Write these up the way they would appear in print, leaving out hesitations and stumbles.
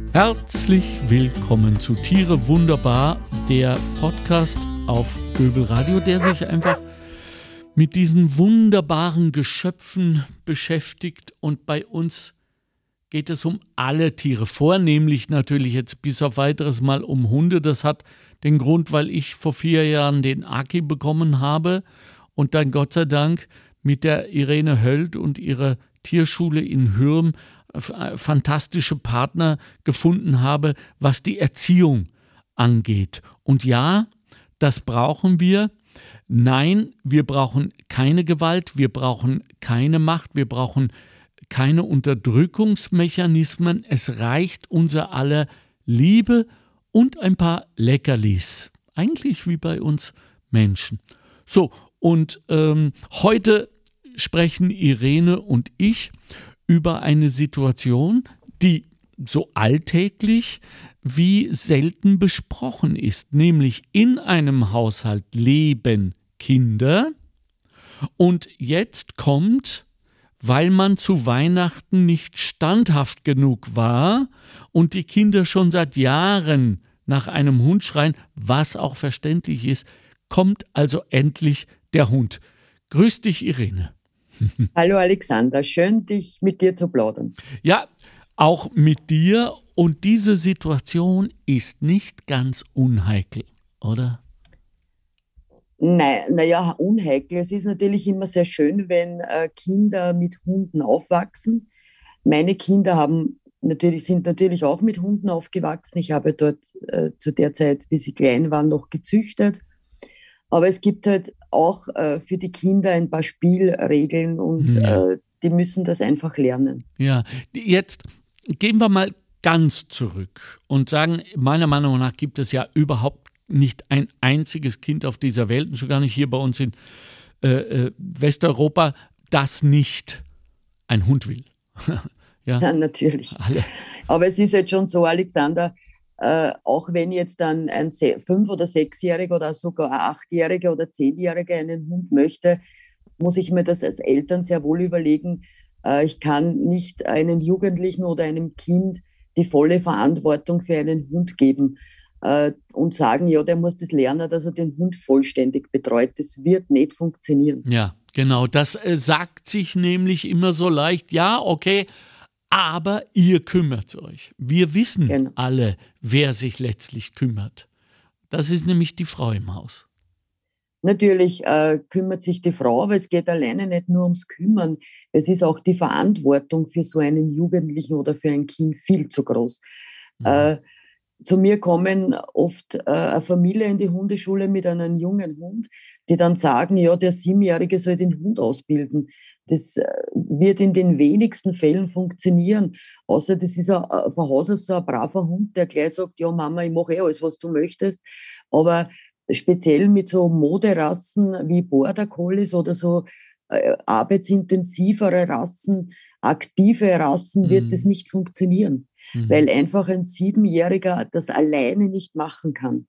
Herzlich willkommen zu Tiere wunderbar, der Podcast auf Göbel Radio, der sich einfach mit diesen wunderbaren Geschöpfen beschäftigt. Und bei uns geht es um alle Tiere, vornehmlich natürlich jetzt bis auf weiteres mal um Hunde. Das hat den Grund, weil ich vor 4 Jahren den Aki bekommen habe und dann Gott sei Dank mit der Irene Höld und ihrer Tierschule in Hürm fantastische Partner gefunden habe, was die Erziehung angeht. Und ja, das brauchen wir. Nein, wir brauchen keine Gewalt, wir brauchen keine Macht, wir brauchen keine Unterdrückungsmechanismen. Es reicht unser aller Liebe und ein paar Leckerlis. Eigentlich wie bei uns Menschen. So, und heute sprechen Irene und ich über eine Situation, die so alltäglich wie selten besprochen ist. Nämlich in einem Haushalt leben Kinder und jetzt kommt, weil man zu Weihnachten nicht standhaft genug war und die Kinder schon seit Jahren nach einem Hund schreien, was auch verständlich ist, kommt also endlich der Hund. Grüß dich, Irene. Hallo Alexander, schön, dich mit dir zu plaudern. Ja, auch mit dir. Und diese Situation ist nicht ganz unheikel, oder? Nein, naja, unheikel. Es ist natürlich immer sehr schön, wenn Kinder mit Hunden aufwachsen. Meine Kinder sind natürlich auch mit Hunden aufgewachsen. Ich habe dort zu der Zeit, wie sie klein waren, noch gezüchtet. Aber es gibt halt auch für die Kinder ein paar Spielregeln und die müssen das einfach lernen. Ja, jetzt gehen wir mal ganz zurück und sagen, meiner Meinung nach gibt es ja überhaupt nicht ein einziges Kind auf dieser Welt, und schon gar nicht hier bei uns in Westeuropa, das nicht ein Hund will. Ja, natürlich. Alle. Aber es ist jetzt schon so, Alexander, auch wenn jetzt dann ein 5- oder 6-Jähriger oder sogar ein 8-Jähriger oder 10-Jähriger einen Hund möchte, muss ich mir das als Eltern sehr wohl überlegen. Ich kann nicht einem Jugendlichen oder einem Kind die volle Verantwortung für einen Hund geben und sagen, ja, der muss das lernen, dass er den Hund vollständig betreut. Das wird nicht funktionieren. Ja, genau. Das sagt sich nämlich immer so leicht, ja, okay, aber ihr kümmert euch. Wir wissen alle, wer sich letztlich kümmert. Das ist nämlich die Frau im Haus. Natürlich kümmert sich die Frau, aber es geht alleine nicht nur ums Kümmern. Es ist auch die Verantwortung für so einen Jugendlichen oder für ein Kind viel zu groß. Zu mir kommen oft eine Familie in die Hundeschule mit einem jungen Hund, die dann sagen, ja, der 7-Jährige soll den Hund ausbilden. Das wird in den wenigsten Fällen funktionieren. Außer das ist von Haus aus so ein braver Hund, der gleich sagt, ja Mama, ich mache alles, was du möchtest. Aber speziell mit so Moderassen wie Border Collies oder so arbeitsintensivere Rassen, aktive Rassen, wird das nicht funktionieren. Weil einfach ein 7-Jähriger das alleine nicht machen kann.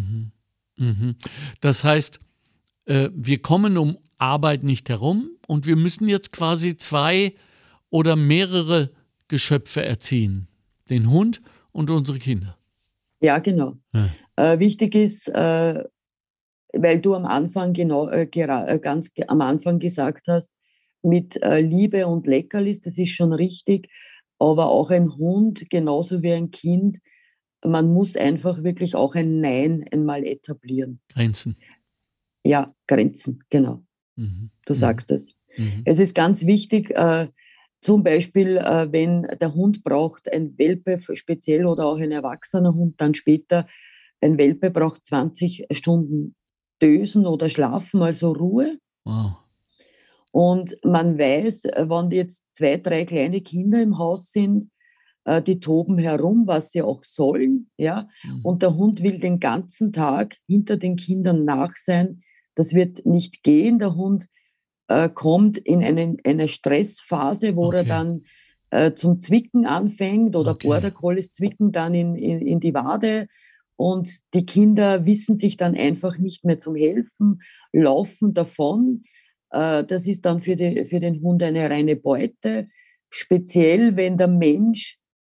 Das heißt, wir kommen um Arbeit nicht herum und wir müssen jetzt quasi 2 oder mehrere Geschöpfe erziehen. Den Hund und unsere Kinder. Ja, genau. Ja. Wichtig ist, weil du am Anfang ganz am Anfang gesagt hast, mit Liebe und Leckerlis, das ist schon richtig, aber auch ein Hund, genauso wie ein Kind, man muss einfach wirklich auch ein Nein einmal etablieren. Grenzen. Ja, Grenzen, genau. Du sagst es. Es ist ganz wichtig, zum Beispiel, wenn der Hund braucht, ein Welpe speziell oder auch ein erwachsener Hund, dann später, ein Welpe braucht 20 Stunden Dösen oder Schlafen, also Ruhe. Wow. Und man weiß, wenn jetzt 2, 3 kleine Kinder im Haus sind, die toben herum, was sie auch sollen, ja. Und der Hund will den ganzen Tag hinter den Kindern nach sein. Das wird nicht gehen. Der Hund kommt in eine Stressphase, wo er dann zum Zwicken anfängt oder Border Collies zwicken dann in die Wade. Und die Kinder wissen sich dann einfach nicht mehr zum Helfen, laufen davon. Das ist dann für den Hund eine reine Beute. Speziell, wenn der Mensch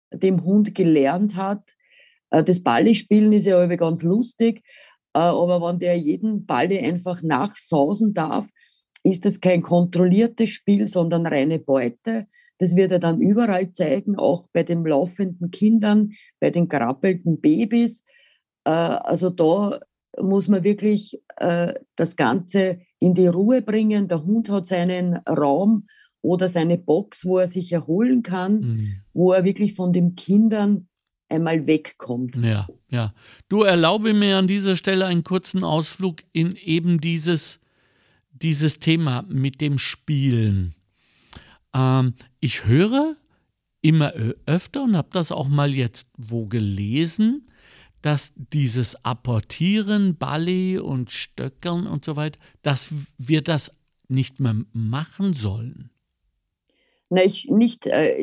dem Hund gelernt hat. Das Ballespielen ist ja irgendwie ganz lustig, aber wenn der jeden Balle einfach nachsausen darf, ist das kein kontrolliertes Spiel, sondern reine Beute. Das wird er dann überall zeigen, auch bei den laufenden Kindern, bei den krabbelnden Babys. Also da muss man wirklich das Ganze in die Ruhe bringen. Der Hund hat seinen Raum oder seine Box, wo er sich erholen kann, wo er wirklich von den Kindern einmal wegkommt. Ja, ja. Du, erlaube mir an dieser Stelle einen kurzen Ausflug in eben dieses Thema mit dem Spielen. Ich höre immer öfter und habe das auch mal jetzt wo gelesen, dass dieses Apportieren, Ballet und Stöckern und so weiter, dass wir das nicht mehr machen sollen. Na, nicht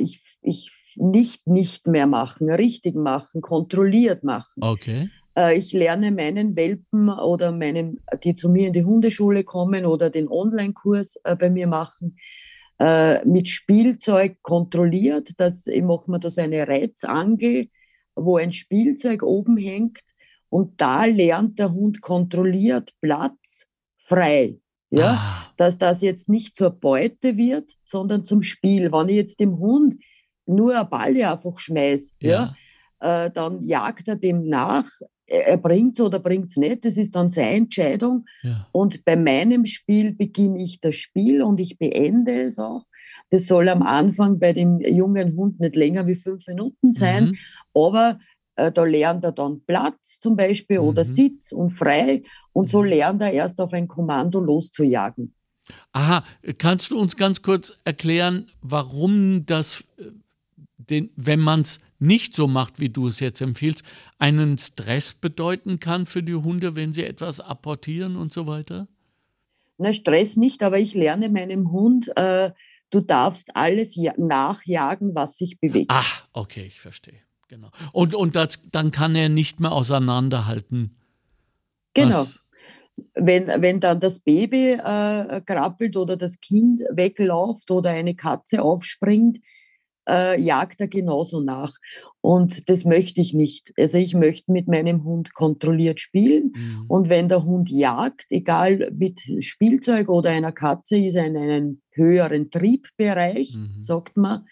mehr machen, richtig machen, kontrolliert machen. Okay. Ich lerne meinen Welpen oder die zu mir in die Hundeschule kommen oder den Online-Kurs bei mir machen, mit Spielzeug kontrolliert. Ich mache mir da so eine Reizangel, wo ein Spielzeug oben hängt und da lernt der Hund kontrolliert Platz frei. Ja, dass das jetzt nicht zur Beute wird, sondern zum Spiel. Wenn ich jetzt dem Hund nur eine Balle einfach schmeiße, dann jagt er dem nach. Er bringt es oder bringt es nicht, das ist dann seine Entscheidung. Ja. Und bei meinem Spiel beginne ich das Spiel und ich beende es auch. Das soll am Anfang bei dem jungen Hund nicht länger wie 5 Minuten sein, aber da lernt er dann Platz zum Beispiel oder Sitz und frei und so lernt er erst auf ein Kommando loszujagen. Aha, kannst du uns ganz kurz erklären, warum das, wenn man es nicht so macht, wie du es jetzt empfiehlst, einen Stress bedeuten kann für die Hunde, wenn sie etwas apportieren und so weiter? Na, Stress nicht, aber ich lerne meinem Hund, du darfst alles nachjagen, was sich bewegt. Ach, okay, ich verstehe. Genau. Und dann kann er nicht mehr auseinanderhalten. Genau. Wenn dann das Baby krabbelt oder das Kind wegläuft oder eine Katze aufspringt, jagt er genauso nach. Und das möchte ich nicht. Also ich möchte mit meinem Hund kontrolliert spielen. Und wenn der Hund jagt, egal mit Spielzeug oder einer Katze, ist er in einem höheren Triebbereich, sagt man.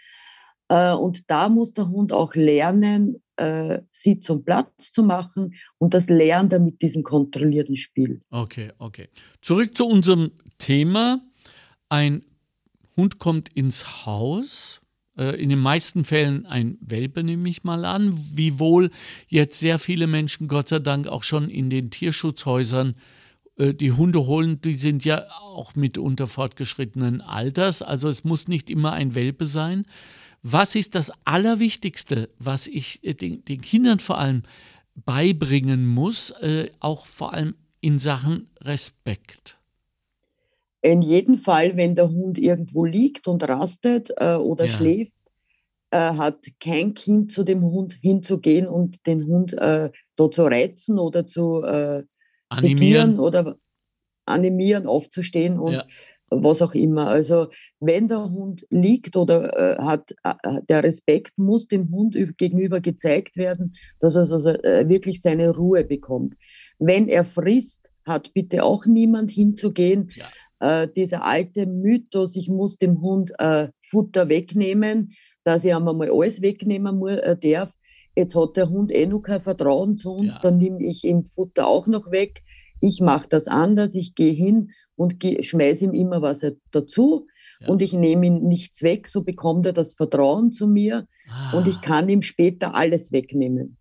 Und da muss der Hund auch lernen, Sitz und Platz zu machen. Und das lernt er mit diesem kontrollierten Spiel. Okay. Zurück zu unserem Thema. Ein Hund kommt ins Haus. In den meisten Fällen ein Welpe, nehme ich mal an, wiewohl jetzt sehr viele Menschen, Gott sei Dank, auch schon in den Tierschutzhäusern die Hunde holen, die sind ja auch mitunter fortgeschrittenen Alters, also es muss nicht immer ein Welpe sein. Was ist das Allerwichtigste, was ich den Kindern vor allem beibringen muss, auch vor allem in Sachen Respekt? In jedem Fall, wenn der Hund irgendwo liegt und rastet oder schläft, hat kein Kind zu dem Hund hinzugehen und den Hund da zu reizen oder zu animieren oder animieren, aufzustehen und was auch immer. Also wenn der Hund liegt oder der Respekt muss dem Hund gegenüber gezeigt werden, dass er wirklich seine Ruhe bekommt. Wenn er frisst, hat bitte auch niemand hinzugehen. Ja. Dieser alte Mythos, ich muss dem Hund Futter wegnehmen, dass ich einmal alles wegnehmen darf. Jetzt hat der Hund noch kein Vertrauen zu uns, dann nehme ich ihm Futter auch noch weg. Ich mache das anders, ich gehe hin und schmeiße ihm immer was dazu und ich nehme ihm nichts weg, so bekommt er das Vertrauen zu mir und ich kann ihm später alles wegnehmen.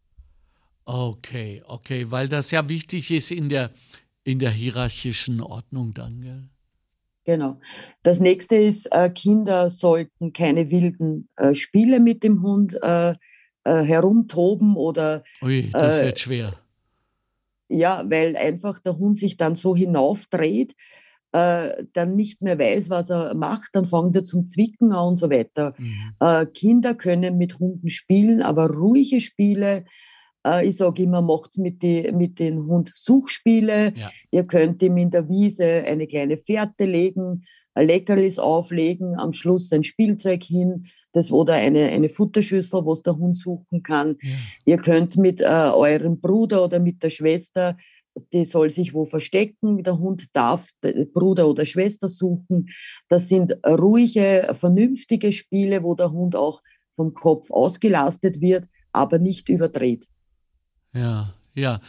Okay, weil das ja wichtig ist in der hierarchischen Ordnung dann, gell? Genau. Das nächste ist, Kinder sollten keine wilden Spiele mit dem Hund herumtoben oder... Ui, das wird schwer. Ja, weil einfach der Hund sich dann so hinaufdreht, dann nicht mehr weiß, was er macht, dann fängt er zum Zwicken an und so weiter. Kinder können mit Hunden spielen, aber ruhige Spiele. Ich sage immer, macht mit den Hund Suchspiele. Ja. Ihr könnt ihm in der Wiese eine kleine Fährte legen, ein Leckerlis auflegen, am Schluss ein Spielzeug hin, oder eine Futterschüssel, wo es der Hund suchen kann. Ja. Ihr könnt mit eurem Bruder oder mit der Schwester, die soll sich wo verstecken, der Hund darf Bruder oder Schwester suchen. Das sind ruhige, vernünftige Spiele, wo der Hund auch vom Kopf ausgelastet wird, aber nicht überdreht. Ja, ja.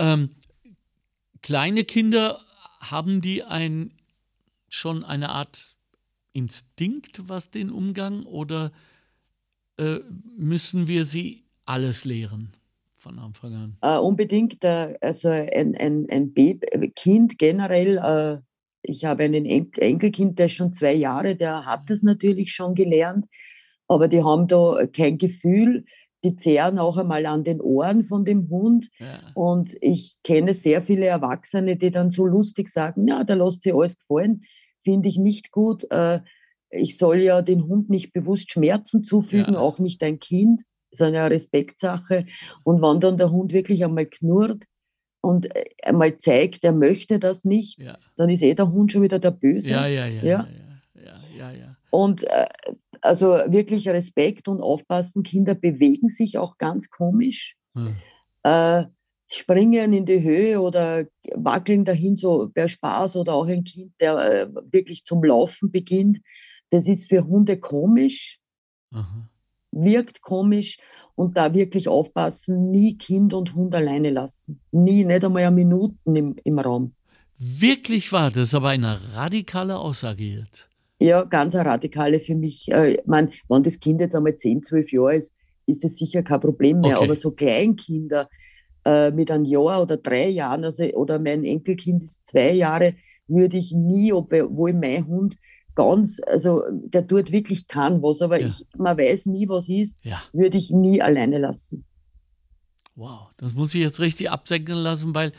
Kleine Kinder, haben die schon eine Art Instinkt, was den Umgang, oder müssen wir sie alles lehren von Anfang an? Unbedingt, also ein Kind generell, ich habe einen Enkelkind, der ist schon 2 Jahre, der hat das natürlich schon gelernt, aber die haben da kein Gefühl, die zehren auch einmal an den Ohren von dem Hund. Ja. Und ich kenne sehr viele Erwachsene, die dann so lustig sagen, ja, da lässt sich alles gefallen, finde ich nicht gut. Ich soll ja den Hund nicht bewusst Schmerzen zufügen, Ja. auch nicht ein Kind. Das ist eine Respektsache. Und wenn dann der Hund wirklich einmal knurrt und einmal zeigt, er möchte das nicht, Ja. dann ist der Hund schon wieder der Böse. Ja, ja, ja, ja, ja, ja. Und also wirklich Respekt und aufpassen, Kinder bewegen sich auch ganz komisch, springen in die Höhe oder wackeln dahin so per Spaß, oder auch ein Kind, der wirklich zum Laufen beginnt. Das ist für Hunde komisch, Aha. wirkt komisch, und da wirklich aufpassen, nie Kind und Hund alleine lassen. Nie, nicht einmal eine Minute im Raum. Wirklich wahr, das ist aber eine radikale Aussage jetzt. Ja, ganz eine radikale für mich. Wenn das Kind jetzt einmal 10, 12 Jahre ist, ist das sicher kein Problem mehr. Okay. Aber so Kleinkinder mit einem Jahr oder 3 Jahren, also, oder mein Enkelkind ist 2 Jahre, würde ich nie, obwohl mein Hund also der tut wirklich kann was, aber Ja. man weiß nie, was ist, Ja. würde ich nie alleine lassen. Wow, das muss ich jetzt richtig absegnen lassen, weil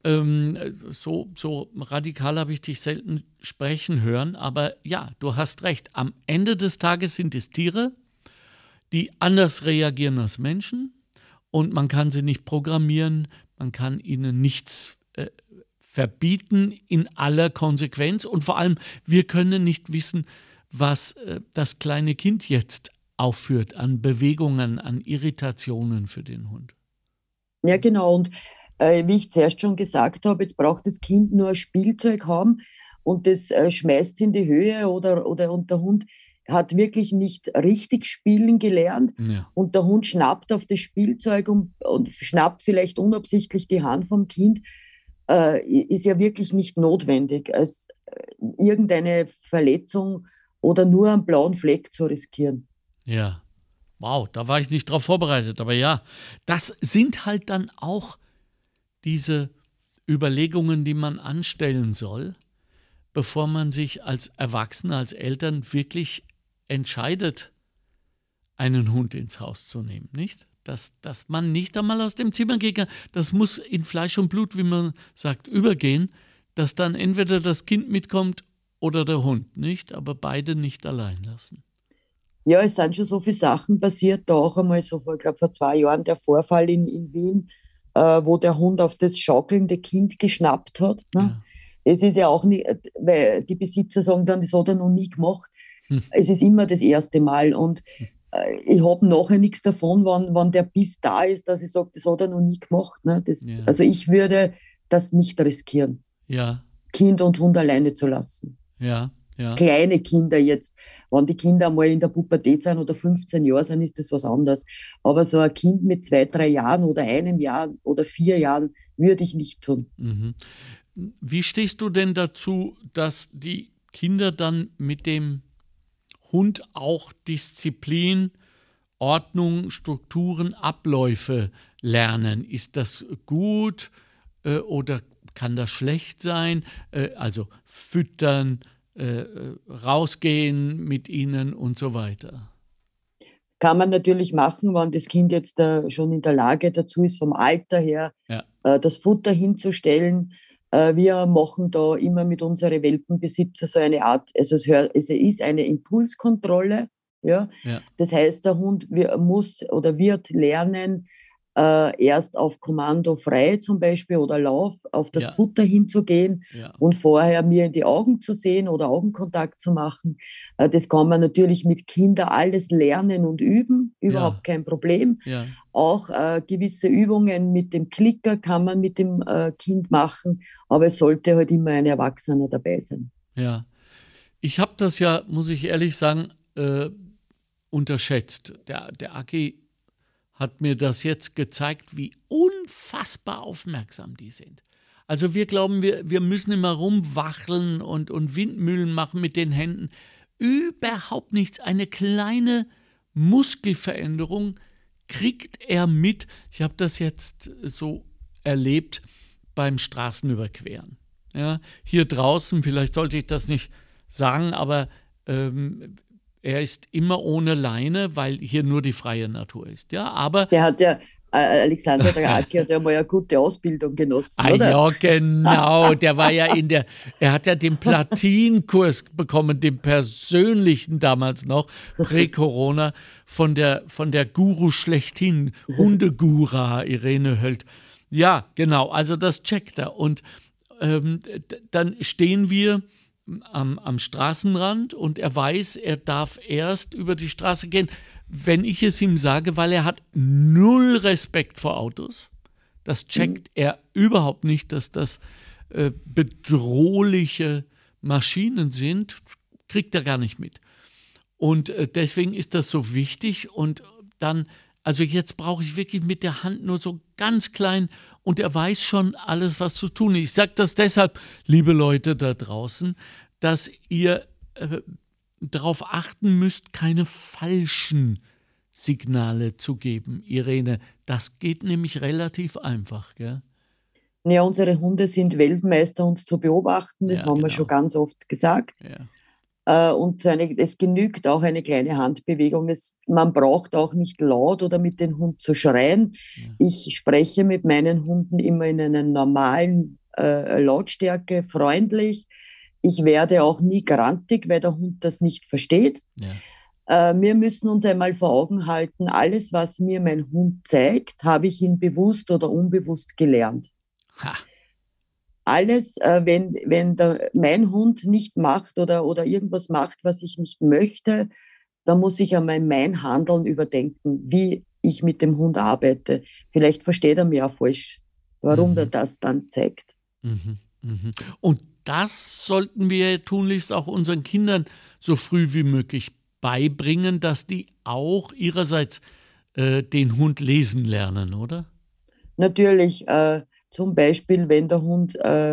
so radikal habe ich dich selten sprechen hören. Aber ja, du hast recht. Am Ende des Tages sind es Tiere, die anders reagieren als Menschen, und man kann sie nicht programmieren, man kann ihnen nichts verbieten in aller Konsequenz, und vor allem, wir können nicht wissen, was das kleine Kind jetzt aufführt an Bewegungen, an Irritationen für den Hund. Ja, genau. Und wie ich zuerst schon gesagt habe, jetzt braucht das Kind nur ein Spielzeug haben und das schmeißt es in die Höhe, und der Hund hat wirklich nicht richtig spielen gelernt, Ja. und der Hund schnappt auf das Spielzeug und schnappt vielleicht unabsichtlich die Hand vom Kind, ist ja wirklich nicht notwendig, als irgendeine Verletzung oder nur einen blauen Fleck zu riskieren. Ja. Wow, da war ich nicht drauf vorbereitet, aber ja, das sind halt dann auch diese Überlegungen, die man anstellen soll, bevor man sich als Erwachsener, als Eltern wirklich entscheidet, einen Hund ins Haus zu nehmen, nicht? Dass man nicht einmal aus dem Zimmer gehen kann, das muss in Fleisch und Blut, wie man sagt, übergehen, dass dann entweder das Kind mitkommt oder der Hund, nicht? Aber beide nicht allein lassen. Ja, es sind schon so viele Sachen passiert, da auch einmal so, ich glaube vor 2 Jahren der Vorfall in Wien, wo der Hund auf das schaukelnde Kind geschnappt hat. Ne? Ja. Es ist ja auch nicht, weil die Besitzer sagen dann, das hat er noch nie gemacht. Es ist immer das erste Mal, und ich habe nachher nichts davon, wenn der Biss da ist, dass ich sage, das hat er noch nie gemacht. Ne? Ja. Also ich würde das nicht riskieren, Ja, Kind und Hund alleine zu lassen. ja, ja. Kleine Kinder jetzt, wenn die Kinder mal in der Pubertät sind oder 15 Jahre sind, ist das was anderes. Aber so ein Kind mit 2, 3 Jahren oder 1 Jahr oder 4 Jahren würde ich nicht tun. Mhm. Wie stehst du denn dazu, dass die Kinder dann mit dem Hund auch Disziplin, Ordnung, Strukturen, Abläufe lernen? Ist das gut oder kann das schlecht sein? Also füttern, rausgehen mit ihnen und so weiter. Kann man natürlich machen, wenn das Kind jetzt schon in der Lage dazu ist, vom Alter her, Ja. Das Futter hinzustellen. Wir machen da immer mit unseren Welpenbesitzer so eine Art, also es ist eine Impulskontrolle. Ja? Ja. Das heißt, der Hund muss oder wird lernen, erst auf Kommando frei zum Beispiel oder Lauf auf das Ja. Futter hinzugehen Ja. und vorher mir in die Augen zu sehen oder Augenkontakt zu machen. Das kann man natürlich mit Kindern alles lernen und üben, überhaupt kein Problem. Ja. Auch gewisse Übungen mit dem Klicker kann man mit dem Kind machen, aber es sollte halt immer ein Erwachsener dabei sein. Ja. Ich habe das ja, muss ich ehrlich sagen, unterschätzt. Der Aki hat mir das jetzt gezeigt, wie unfassbar aufmerksam die sind. Also wir glauben, wir müssen immer rumwacheln und Windmühlen machen mit den Händen. Überhaupt nichts. Eine kleine Muskelveränderung kriegt er mit. Ich habe das jetzt so erlebt beim Straßenüberqueren. Ja, hier draußen, vielleicht sollte ich das nicht sagen, aber er ist immer ohne Leine, weil hier nur die freie Natur ist. Ja, aber Der hat ja, Alexander Draghi hat ja mal eine gute Ausbildung genossen, oder? ja, genau, der war ja er hat ja den Platinkurs bekommen, den persönlichen damals noch, prä-Corona, von der Guru schlechthin, Hundegura Irene Hölt. Ja, genau, also das checkt er. Und dann stehen wir am Straßenrand und er weiß, er darf erst über die Straße gehen, wenn ich es ihm sage, weil er hat null Respekt vor Autos. Das checkt er überhaupt nicht, dass das bedrohliche Maschinen sind, kriegt er gar nicht mit. Und deswegen ist das so wichtig und dann, also jetzt brauche ich wirklich mit der Hand nur so ganz klein und er weiß schon alles, was zu tun ist. Ich sage das deshalb, liebe Leute da draußen, dass ihr darauf achten müsst, keine falschen Signale zu geben, Irene. Das geht nämlich relativ einfach, gell? Ja, unsere Hunde sind Weltmeister, uns zu beobachten, das haben wir schon ganz oft gesagt. Ja. Und es genügt auch eine kleine Handbewegung. Man braucht auch nicht laut oder mit dem Hund zu schreien. Ja. Ich spreche mit meinen Hunden immer in einer normalen Lautstärke, freundlich. Ich werde auch nie grantig, weil der Hund das nicht versteht. Ja. Wir müssen uns einmal vor Augen halten, alles, was mir mein Hund zeigt, habe ich ihn bewusst oder unbewusst gelernt. Ha. Alles, wenn mein Hund nicht macht oder irgendwas macht, was ich nicht möchte, dann muss ich einmal mein Handeln überdenken, wie ich mit dem Hund arbeite. Vielleicht versteht er mich auch falsch, warum er das dann zeigt. Mhm. Mhm. Und das sollten wir tunlichst auch unseren Kindern so früh wie möglich beibringen, dass die auch ihrerseits den Hund lesen lernen, oder? Natürlich, zum Beispiel, wenn der Hund,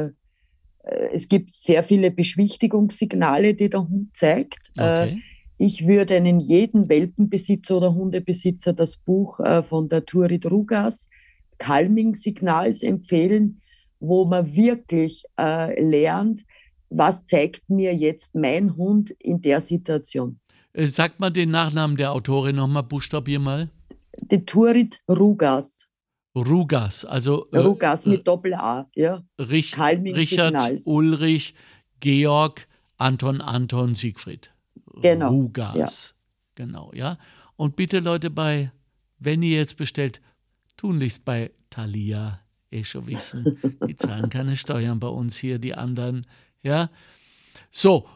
es gibt sehr viele Beschwichtigungssignale, die der Hund zeigt. Okay. Ich würde einem jeden Welpenbesitzer oder Hundebesitzer das Buch von der Turid Rugas, Calming Signals, empfehlen, wo man wirklich lernt, was zeigt mir jetzt mein Hund in der Situation. Sag mal den Nachnamen der Autorin nochmal, buchstabier mal. Die Turid Rugas. Rugas, also Rugas mit Doppel-A, ja. Richard, Signals. Ulrich, Georg, Anton, Siegfried. Genau. Rugas. Ja. Genau, ja. Und bitte Leute, wenn ihr jetzt bestellt, tunlichst bei Thalia, schon wissen, die zahlen keine Steuern bei uns hier, die anderen, ja. So,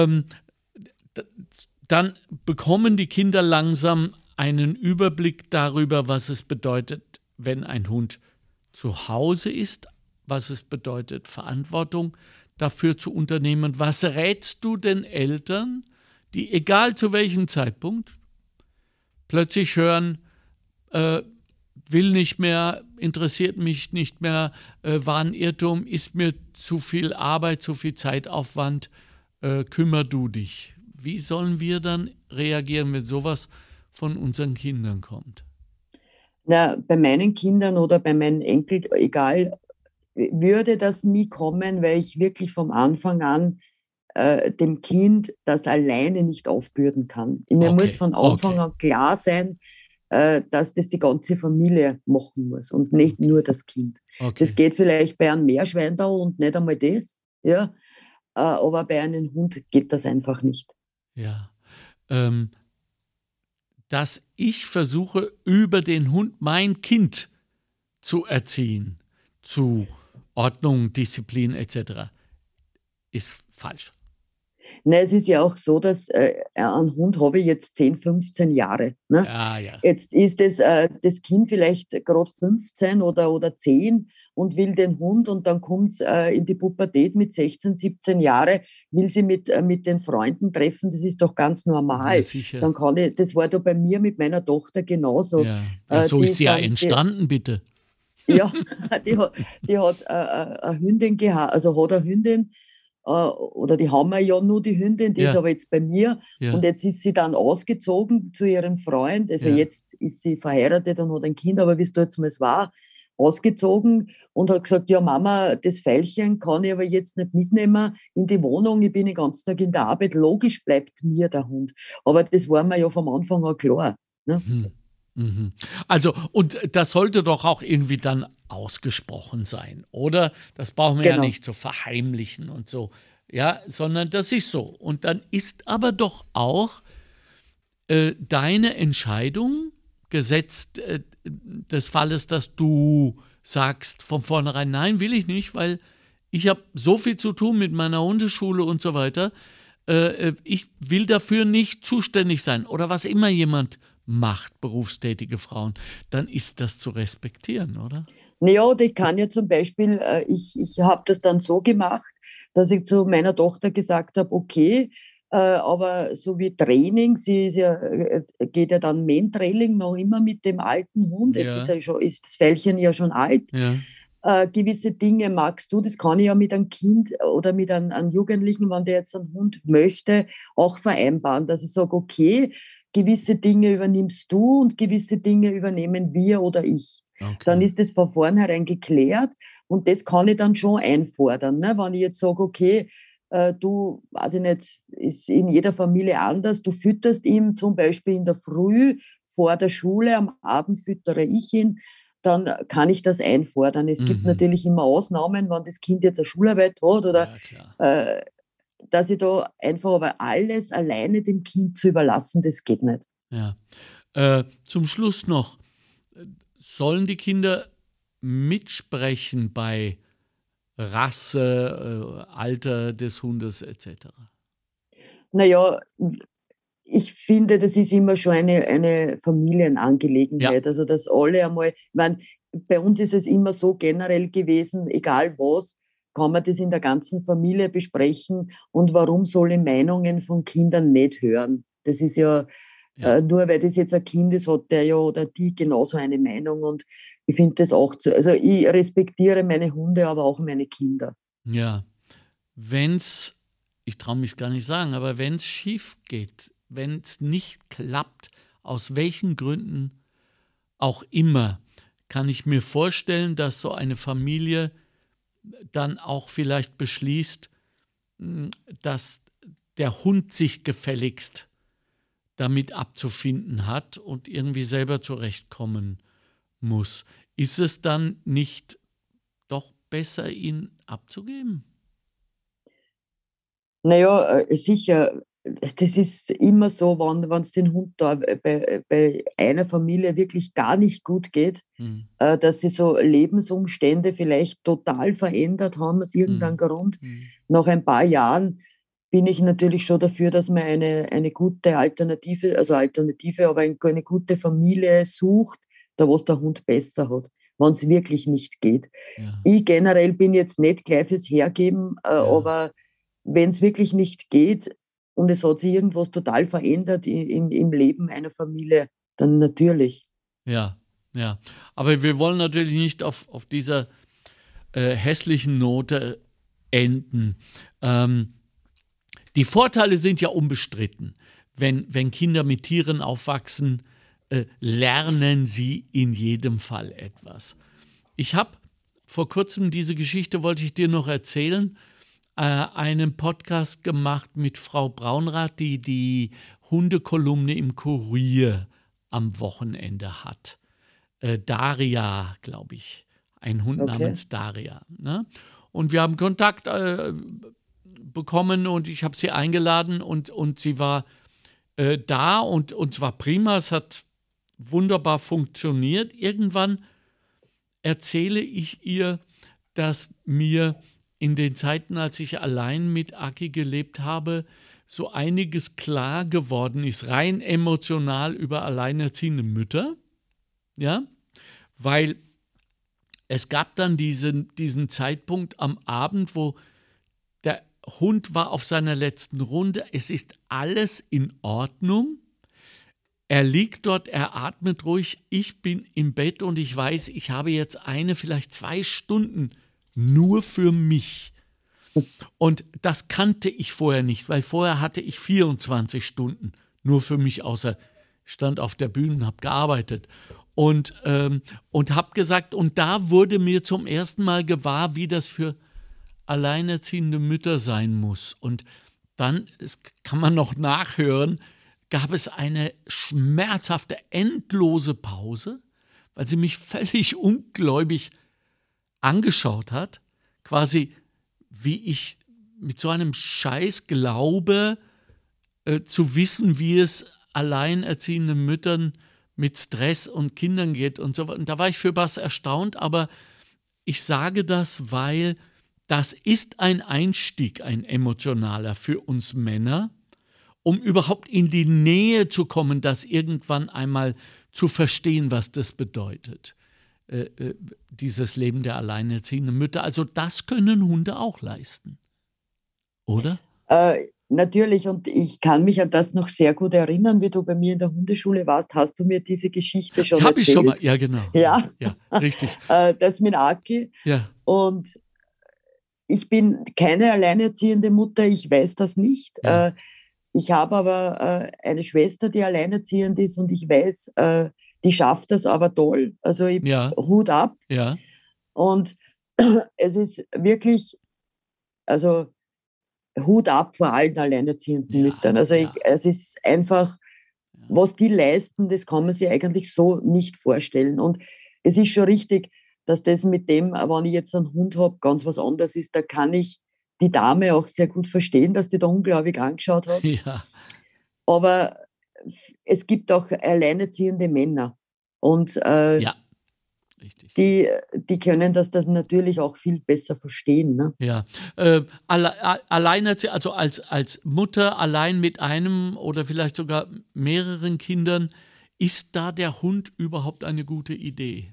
dann bekommen die Kinder langsam einen Überblick darüber, was es bedeutet, wenn ein Hund zu Hause ist, was es bedeutet, Verantwortung dafür zu unternehmen. Was rätst du den Eltern, die, egal zu welchem Zeitpunkt, plötzlich hören, will nicht mehr, interessiert mich nicht mehr, war ein Irrtum, ist mir zu viel Arbeit, zu viel Zeitaufwand, kümmer du dich. Wie sollen wir dann reagieren, wenn sowas von unseren Kindern kommt? Na, bei meinen Kindern oder bei meinen Enkeln, egal, würde das nie kommen, weil ich wirklich vom Anfang an dem Kind das alleine nicht aufbürden kann. Mir muss von Anfang an klar sein, dass das die ganze Familie machen muss und nicht nur das Kind. Das geht vielleicht bei einem Meerschweindl und nicht einmal das, ja, aber bei einem Hund geht das einfach nicht. Ja, dass ich versuche, über den Hund mein Kind zu erziehen, zu Ordnung, Disziplin etc., ist falsch. Na, es ist ja auch so, dass einen Hund habe ich jetzt 10, 15 Jahre. Ne? Ja. Jetzt ist das Kind vielleicht gerade 15 oder 10 und will den Hund und dann kommt es in die Pubertät mit 16, 17 Jahre, will sie mit den Freunden treffen, das ist doch ganz normal. Ja, sicher. Dann kann ich, das war da bei mir mit meiner Tochter genauso. Ja, so ist sie ja entstanden, bitte. Ja, die hat eine Hündin gehabt, also hat eine Hündin, oder die haben wir ja nur, die Hündin, die ist aber jetzt bei mir. Ja. Und jetzt ist sie dann ausgezogen zu ihrem Freund. Also jetzt ist sie verheiratet und hat ein Kind, aber wie es dort mal war, ausgezogen und hat gesagt, ja Mama, das Veilchen kann ich aber jetzt nicht mitnehmen in die Wohnung, ich bin den ganzen Tag in der Arbeit, logisch bleibt mir der Hund. Aber das war mir ja vom Anfang an klar. Ne? Also, und das sollte doch auch irgendwie dann ausgesprochen sein, oder? Das brauchen wir ja nicht so verheimlichen und so, ja, sondern das ist so. Und dann ist aber doch auch deine Entscheidung, gesetzt des Falles, dass du sagst von vornherein, nein, will ich nicht, weil ich habe so viel zu tun mit meiner Hundeschule und so weiter, ich will dafür nicht zuständig sein oder was immer jemand macht, berufstätige Frauen, dann ist das zu respektieren, oder? Naja, die kann ja zum Beispiel, ich habe das dann so gemacht, dass ich zu meiner Tochter gesagt habe, okay, aber so wie Training, sie geht ja dann Main-Training noch immer mit dem alten Hund, jetzt ist das Fellchen ja schon alt. Ja. Gewisse Dinge magst du, das kann ich ja mit einem Kind oder mit einem Jugendlichen, wenn der jetzt einen Hund möchte, auch vereinbaren, dass ich sage, okay, gewisse Dinge übernimmst du und gewisse Dinge übernehmen wir oder ich. Okay. Dann ist das von vornherein geklärt und das kann ich dann schon einfordern. Ne? Wenn ich jetzt sage, okay, du, weiß ich nicht, ist in jeder Familie anders, du fütterst ihn zum Beispiel in der Früh vor der Schule, am Abend füttere ich ihn, dann kann ich das einfordern. Es gibt natürlich immer Ausnahmen, wenn das Kind jetzt eine Schularbeit hat oder dass ich da einfach, aber alles alleine dem Kind zu überlassen, das geht nicht. Ja. Zum Schluss noch, sollen die Kinder mitsprechen bei Rasse, Alter des Hundes etc.? Naja, ich finde, das ist immer schon eine Familienangelegenheit. Ja. Also, dass alle einmal, ich meine, bei uns ist es immer so generell gewesen, egal was, kann man das in der ganzen Familie besprechen und warum soll ich Meinungen von Kindern nicht hören? Das ist ja, nur weil das jetzt ein Kind ist, hat der ja oder die genauso eine Meinung und ich finde das auch, also ich respektiere meine Hunde, aber auch meine Kinder. Ja, ich traue mich gar nicht sagen, aber wenn es schief geht, wenn es nicht klappt, aus welchen Gründen auch immer, kann ich mir vorstellen, dass so eine Familie dann auch vielleicht beschließt, dass der Hund sich gefälligst damit abzufinden hat und irgendwie selber zurechtkommen muss. Ist es dann nicht doch besser, ihn abzugeben? Naja, sicher. Das ist immer so, wenn es den Hund da bei einer Familie wirklich gar nicht gut geht, dass sie so Lebensumstände vielleicht total verändert haben aus irgendeinem Grund. Nach ein paar Jahren bin ich natürlich schon dafür, dass man eine gute Alternative, aber eine gute Familie sucht, da wo es der Hund besser hat, wenn es wirklich nicht geht. Ja. Ich generell bin jetzt nicht gleich fürs Hergeben, aber wenn es wirklich nicht geht, und es hat sich irgendwas total verändert im Leben einer Familie, dann natürlich. Ja. Aber wir wollen natürlich nicht auf dieser hässlichen Note enden. Die Vorteile sind ja unbestritten. Wenn Kinder mit Tieren aufwachsen, lernen sie in jedem Fall etwas. Ich habe vor kurzem, diese Geschichte wollte ich dir noch erzählen, einen Podcast gemacht mit Frau Braunrath, die Hundekolumne im Kurier am Wochenende hat. Daria, glaube ich. Ein Hund namens Daria. Ne? Und wir haben Kontakt bekommen und ich habe sie eingeladen und sie war da und zwar prima. Es hat wunderbar funktioniert. Irgendwann erzähle ich ihr, dass mir in den Zeiten, als ich allein mit Aki gelebt habe, so einiges klar geworden ist, rein emotional über alleinerziehende Mütter, ja, weil es gab dann diesen Zeitpunkt am Abend, wo der Hund war auf seiner letzten Runde, es ist alles in Ordnung, er liegt dort, er atmet ruhig, ich bin im Bett und ich weiß, ich habe jetzt vielleicht 2 Stunden nur für mich. Und das kannte ich vorher nicht, weil vorher hatte ich 24 Stunden nur für mich, außer ich stand auf der Bühne und habe gearbeitet. Und habe gesagt, und da wurde mir zum ersten Mal gewahr, wie das für alleinerziehende Mütter sein muss. Und dann, das kann man noch nachhören, gab es eine schmerzhafte, endlose Pause, weil sie mich völlig ungläubig angeschaut hat, quasi wie ich mit so einem Scheiß glaube, zu wissen, wie es alleinerziehenden Müttern mit Stress und Kindern geht und so weiter. Und da war ich für was erstaunt, aber ich sage das, weil das ist ein Einstieg, ein emotionaler für uns Männer, um überhaupt in die Nähe zu kommen, das irgendwann einmal zu verstehen, was das bedeutet, dieses Leben der alleinerziehenden Mütter. Also das können Hunde auch leisten, oder? Natürlich, und ich kann mich an das noch sehr gut erinnern, wie du bei mir in der Hundeschule warst, hast du mir diese Geschichte schon erzählt. Habe ich schon mal, ja genau. Ja, ja richtig. Das mit Aki. Ja. Und ich bin keine alleinerziehende Mutter, ich weiß das nicht. Ja. Ich habe aber eine Schwester, die alleinerziehend ist und ich weiß, die schafft das aber toll. Also Hut ab. Ja. Und es ist wirklich, also Hut ab vor allen alleinerziehenden Müttern. Also es ist einfach, was die leisten, das kann man sich eigentlich so nicht vorstellen. Und es ist schon richtig, dass das mit dem, wenn ich jetzt einen Hund habe, ganz was anderes ist. Da kann ich die Dame auch sehr gut verstehen, dass die da unglaublich angeschaut hat. Ja. Aber es gibt auch alleinerziehende Männer. Und richtig. Die können das dann natürlich auch viel besser verstehen. Ne? Ja. Alleinerziehend, also als Mutter allein mit einem oder vielleicht sogar mehreren Kindern, ist da der Hund überhaupt eine gute Idee?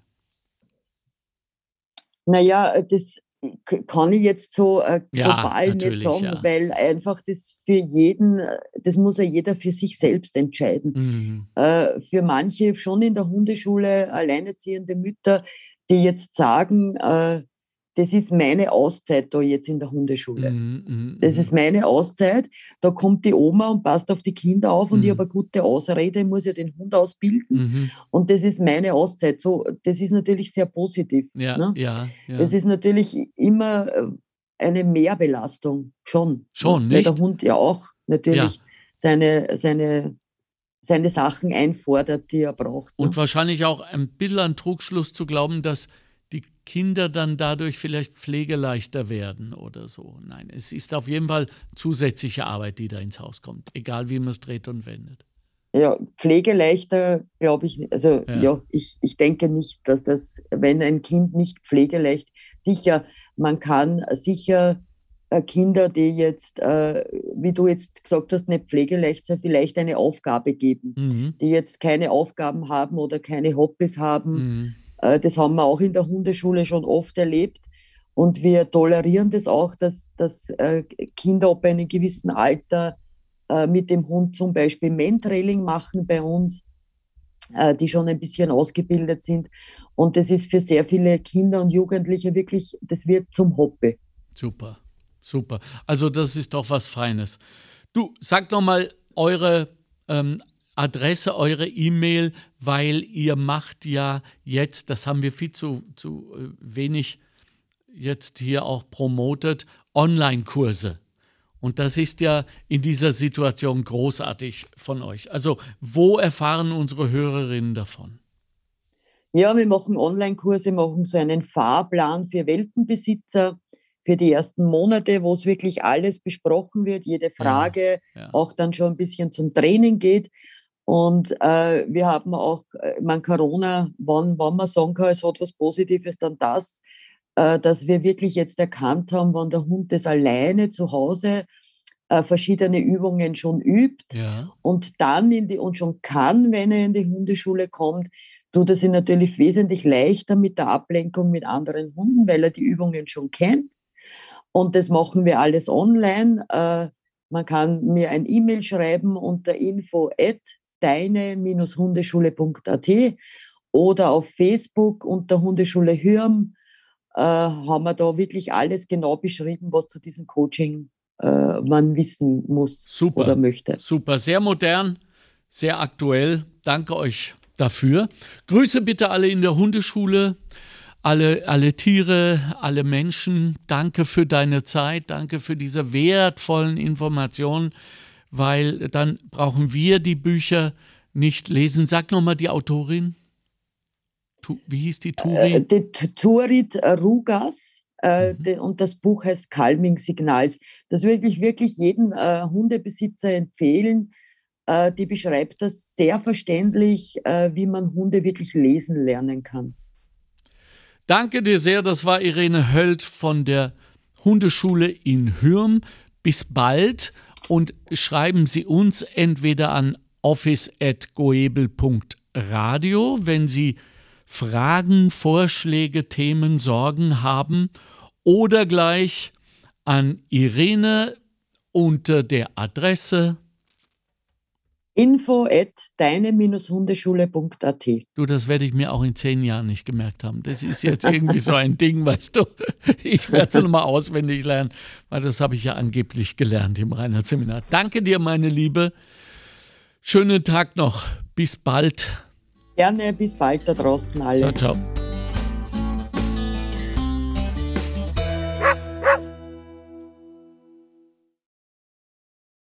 Naja, das kann ich jetzt so global nicht sagen, ja. weil einfach das für jeden, das muss ja jeder für sich selbst entscheiden. Für manche schon in der Hundeschule alleinerziehende Mütter, die jetzt sagen, das ist meine Auszeit da jetzt in der Hundeschule. Das ist meine Auszeit. Da kommt die Oma und passt auf die Kinder auf und ich habe eine gute Ausrede, ich muss ja den Hund ausbilden. Und das ist meine Auszeit. So, das ist natürlich sehr positiv. Ja, ne? ja. Es ist natürlich immer eine Mehrbelastung. Schon, nicht? Weil der Hund ja auch natürlich seine Sachen einfordert, die er braucht. Und wahrscheinlich auch ein bisschen ein Trugschluss zu glauben, dass die Kinder dann dadurch vielleicht pflegeleichter werden oder so. Nein, es ist auf jeden Fall zusätzliche Arbeit, die da ins Haus kommt, egal wie man es dreht und wendet. Ja, pflegeleichter glaube ich nicht. Also ich denke nicht, dass das, wenn ein Kind nicht pflegeleicht, sicher, man kann sicher Kinder, die jetzt, wie du jetzt gesagt hast, nicht pflegeleicht sind, vielleicht eine Aufgabe geben, die jetzt keine Aufgaben haben oder keine Hobbys haben. Das haben wir auch in der Hundeschule schon oft erlebt. Und wir tolerieren das auch, dass Kinder ab einem gewissen Alter mit dem Hund zum Beispiel Mantrailing machen bei uns, die schon ein bisschen ausgebildet sind. Und das ist für sehr viele Kinder und Jugendliche wirklich, das wird zum Hobby. Super. Also das ist doch was Feines. Du, sag doch mal eure Adresse, eure E-Mail, weil ihr macht ja jetzt, das haben wir viel zu wenig jetzt hier auch promotet, Online-Kurse. Und das ist ja in dieser Situation großartig von euch. Also wo erfahren unsere Hörerinnen davon? Ja, wir machen Online-Kurse, machen so einen Fahrplan für Welpenbesitzer für die ersten Monate, wo es wirklich alles besprochen wird, jede Frage auch dann schon ein bisschen zum Training geht. Und wir haben auch, Corona, wenn man sagen kann, es hat was Positives, dann das, dass wir wirklich jetzt erkannt haben, wenn der Hund das alleine zu Hause verschiedene Übungen schon übt und dann und schon kann, wenn er in die Hundeschule kommt, tut er sich natürlich wesentlich leichter mit der Ablenkung mit anderen Hunden, weil er die Übungen schon kennt. Und das machen wir alles online. Man kann mir ein E-Mail schreiben unter info@deine-hundeschule.at oder auf Facebook unter Hundeschule Hürm haben wir da wirklich alles genau beschrieben, was zu diesem Coaching man wissen muss oder möchte. Super, sehr modern, sehr aktuell. Danke euch dafür. Grüße bitte alle in der Hundeschule, alle Tiere, alle Menschen. Danke für deine Zeit, danke für diese wertvollen Informationen, weil dann brauchen wir die Bücher nicht lesen. Sag nochmal die Autorin. Wie hieß die Turit? Die Turit Rugas. Und das Buch heißt Calming Signals. Das würde ich wirklich jedem Hundebesitzer empfehlen. Die beschreibt das sehr verständlich, wie man Hunde wirklich lesen lernen kann. Danke dir sehr. Das war Irene Höld von der Hundeschule in Hürm. Bis bald und schreiben Sie uns entweder an office@goebel.radio, wenn Sie Fragen, Vorschläge, Themen, Sorgen haben, oder gleich an Irene unter der Adresse info@deine-hundeschule.at. Du, das werde ich mir auch in 10 Jahren nicht gemerkt haben. Das ist jetzt irgendwie so ein Ding, weißt du. Ich werde es nochmal auswendig lernen, weil das habe ich ja angeblich gelernt im Reinhardt-Seminar. Danke dir, meine Liebe. Schönen Tag noch. Bis bald. Gerne, bis bald da draußen alle. Ciao, ciao.